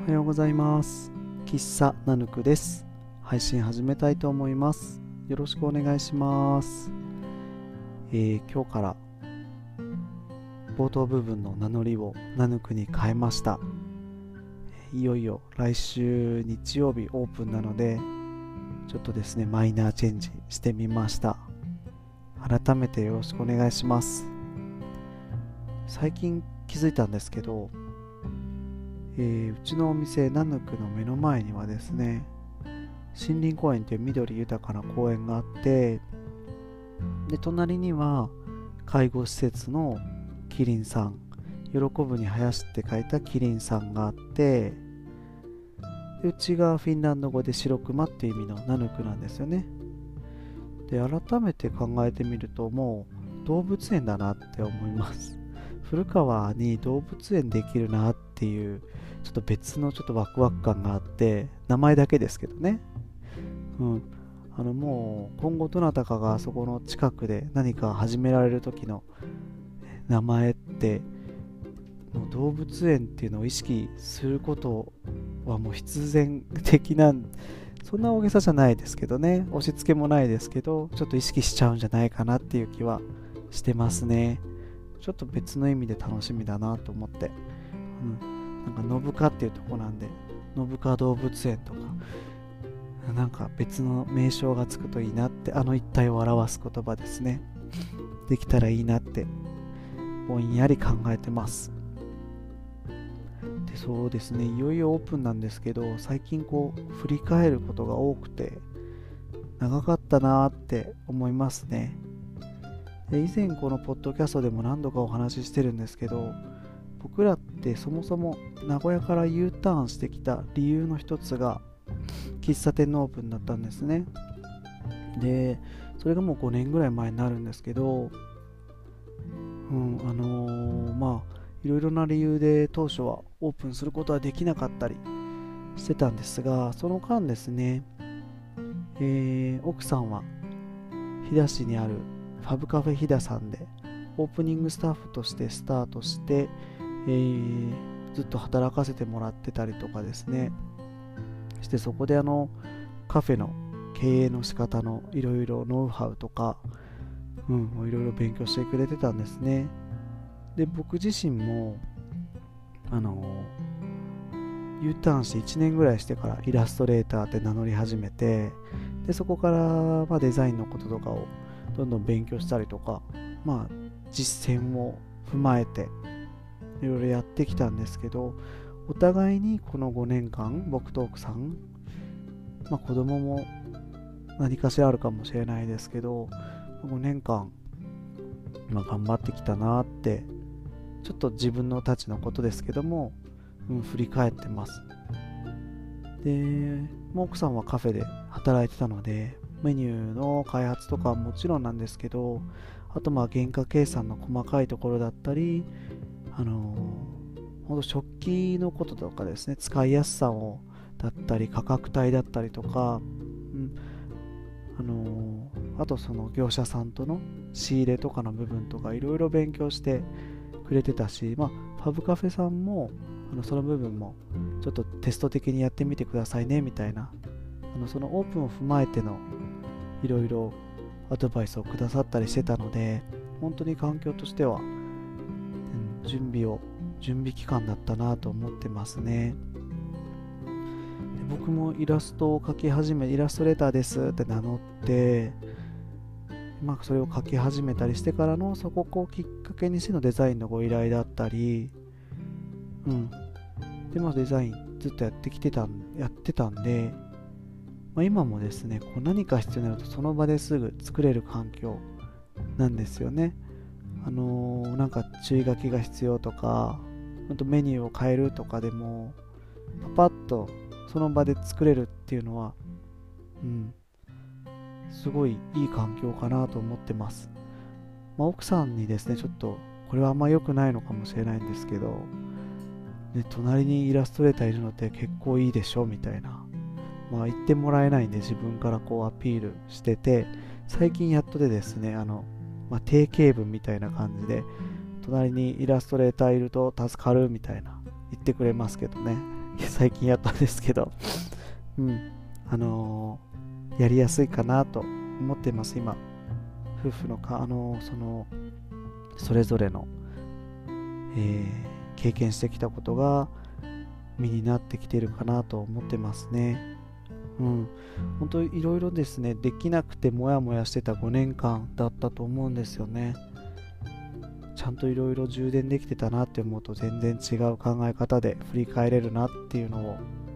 おはようございます。喫茶ナヌクです。配信始めたいと思います。よろしくお願いします。今日から冒頭部分の名乗りをナヌクに変えました。いよいよ来週日曜日オープンなので、ちょっとですねマイナーチェンジしてみました。改めてよろしくお願いします。最近気づいたんですけど、うちのお店ナヌクの目の前にはですね、森林公園という緑豊かな公園があって、で隣には介護施設のキリンさん、喜ぶに生やしって書いたキリンさんがあって、でうちがフィンランド語で白熊っていう意味のナヌクなんですよね。で改めて考えてみると、もう動物園だなって思います。古川に動物園できるなっていう、ちょっと別のちょっとワクワク感があって、名前だけですけどね。もう今後どなたかがそこの近くで何か始められる時の名前って、もう動物園っていうのを意識することはもう必然的な、そんな大げさじゃないですけどね、押し付けもないですけど、ちょっと意識しちゃうんじゃないかなっていう気はしてますね。ちょっと別の意味で楽しみだなと思って、なんか信川っていうとこなんで、信川動物園とか、なんか別の名称がつくといいなって、あの一帯を表す言葉ですね、できたらいいなってぼんやり考えてます。でそうですね、いよいよオープンなんですけど、最近こう振り返ることが多くて、長かったなーって思いますね。で以前このポッドキャストでも何度かお話ししてるんですけど、僕らってそもそも名古屋から U ターンしてきた理由の一つが喫茶店のオープンだったんですね。でそれがもう5年ぐらい前になるんですけど、いろいろな理由で当初はオープンすることはできなかったりしてたんですが、その間ですね、奥さんは飛騨市にあるファブカフェ飛騨さんでオープニングスタッフとしてスタートして、ずっと働かせてもらってたりとかですねして、そこでカフェの経営の仕方のいろいろノウハウとか、いろいろ勉強してくれてたんですね。で僕自身もU ターンして1年ぐらいしてからイラストレーターって名乗り始めて、でそこから、デザインのこととかをどんどん勉強したりとか、実践を踏まえていろいろやってきたんですけど、お互いにこの5年間、僕と奥さん、子供も何かしらあるかもしれないですけど、5年間、頑張ってきたなって、ちょっと自分のたちのことですけども、振り返ってます。でもう奥さんはカフェで働いてたので、メニューの開発とかはもちろんなんですけど、あと原価計算の細かいところだったり、ほんと食器のこととかですね、使いやすさをだったり価格帯だったりとか、あとその業者さんとの仕入れとかの部分とかいろいろ勉強してくれてたし、ファブカフェさんもその部分もちょっとテスト的にやってみてくださいねみたいな、そのオープンを踏まえてのいろいろアドバイスをくださったりしてたので、本当に環境としては、準備期間だったなと思ってますね。で僕もイラストを描き始め、イラストレーターですって名乗って、それを描き始めたりしてからの、そこをきっかけにしてのデザインのご依頼だったり、でデザインずっとやってたんで、今もですね、何か必要になるとその場ですぐ作れる環境なんですよね。なんか注意書きが必要とか、メニューを変えるとかでもパパッとその場で作れるっていうのは、すごいいい環境かなと思ってます。奥さんにですね、ちょっとこれはあんま良くないのかもしれないんですけど、隣にイラストレーターいるのって結構いいでしょみたいな、言ってもらえないんで自分からアピールしてて、最近やっとでですね、定型文みたいな感じで、隣にイラストレーターいると助かるみたいな言ってくれますけどね、 最近やったんですけど、うん、やりやすいかなと思ってます。今夫婦のそれぞれの、経験してきたことが身になってきてるかなと思ってますね。本当いろいろですね、できなくてモヤモヤしてた5年間だったと思うんですよね。ちゃんといろいろ充電できてたなって思うと全然違う考え方で振り返れるなっていうのを、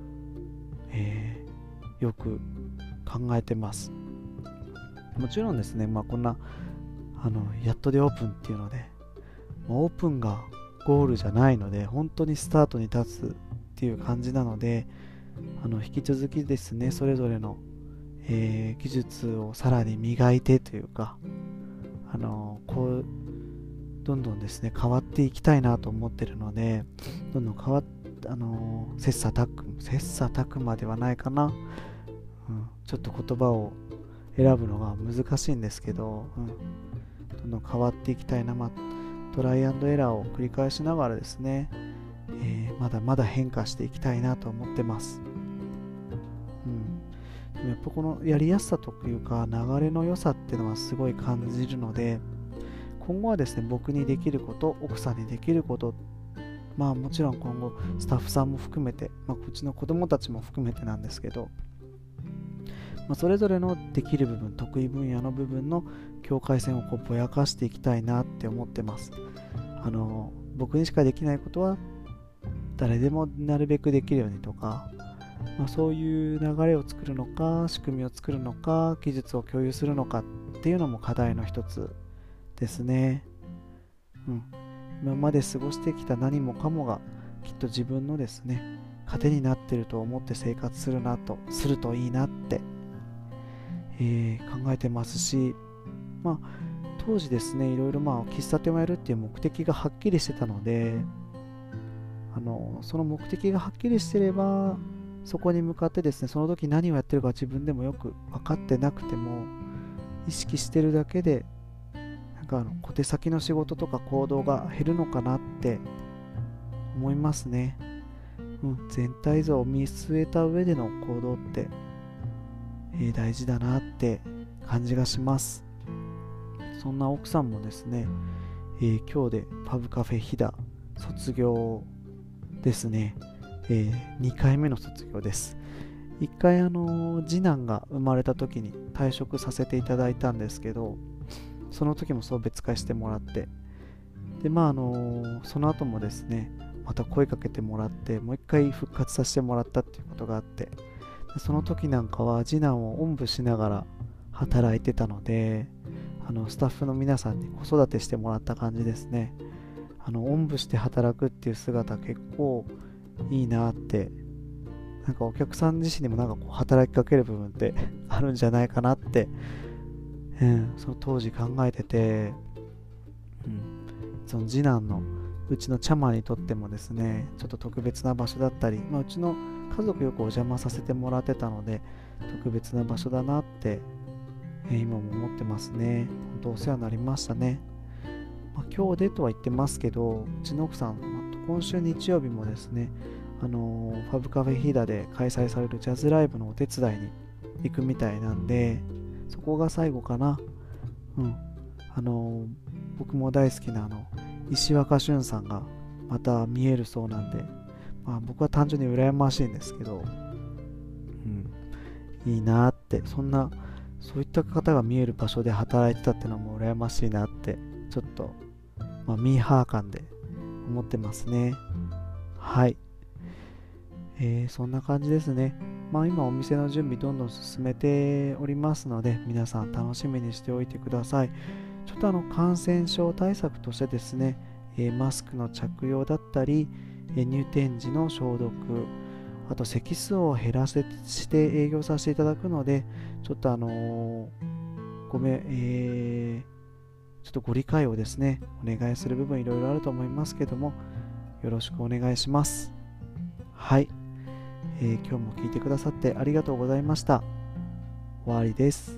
よく考えてます。もちろんですね、こんなやっとでオープンっていうので、オープンがゴールじゃないので、本当にスタートに立つっていう感じなので、引き続きですね、それぞれの、技術をさらに磨いてというか、どんどんですね変わっていきたいなと思ってるので、どんどん切磋琢磨ではないかな、ちょっと言葉を選ぶのが難しいんですけど、どんどん変わっていきたいな、トライアンドエラーを繰り返しながらですね、まだまだ変化していきたいなと思ってます。でもやっぱこのやりやすさというか流れの良さっていうのはすごい感じるので、今後はですね、僕にできること、奥さんにできること、もちろん今後スタッフさんも含めて、うちの子供たちも含めてなんですけど、それぞれのできる部分、得意分野の部分の境界線をぼやかしていきたいなって思ってます。僕にしかできないことは誰でもなるべくできるようにとか、そういう流れを作るのか、仕組みを作るのか、技術を共有するのかっていうのも課題の一つですね。今まで過ごしてきた何もかもがきっと自分のですね、糧になっていると思って生活するといいなって、考えてますし、当時ですね、いろいろ喫茶店をやるっていう目的がはっきりしてたので、その目的がはっきりしてれば、そこに向かってですね、その時何をやってるか自分でもよく分かってなくても、意識してるだけで小手先の仕事とか行動が減るのかなって思いますね。全体像を見据えた上での行動って、大事だなって感じがします。そんな奥さんもですね、今日でパブカフェ飛騨卒業ですね。2回目の卒業です。1回次男が生まれた時に退職させていただいたんですけど、その時も送別会してもらって、でその後もですね、また声かけてもらって、もう一回復活させてもらったっていうことがあって、その時なんかは次男をおんぶしながら働いてたので、スタッフの皆さんに子育てしてもらった感じですね。おんぶして働くっていう姿結構いいなって、お客さん自身にも働きかける部分ってあるんじゃないかなって、その当時考えてて、その次男のうちのチャマにとってもですね、ちょっと特別な場所だったり、うちの家族よくお邪魔させてもらってたので特別な場所だなって、今も思ってますね。本当お世話になりましたね。今日でとは言ってますけど、うちの奥さん、今週日曜日もですね、ファブカフェ飛騨で開催されるジャズライブのお手伝いに行くみたいなんで、そこが最後かな。僕も大好きな石若俊さんがまた見えるそうなんで、僕は単純に羨ましいんですけど、いいなって、そういった方が見える場所で働いてたってのも羨ましいなって、ちょっと、ミーハー感で思ってますね。はい。そんな感じですね。今お店の準備どんどん進めておりますので、皆さん楽しみにしておいてください。ちょっと感染症対策としてですね、マスクの着用だったり、入店時の消毒、あと席数を減らして営業させていただくので、ちょっとちょっとご理解をですね、お願いする部分いろいろあると思いますけども、よろしくお願いします。はい。今日も聞いてくださってありがとうございました。終わりです。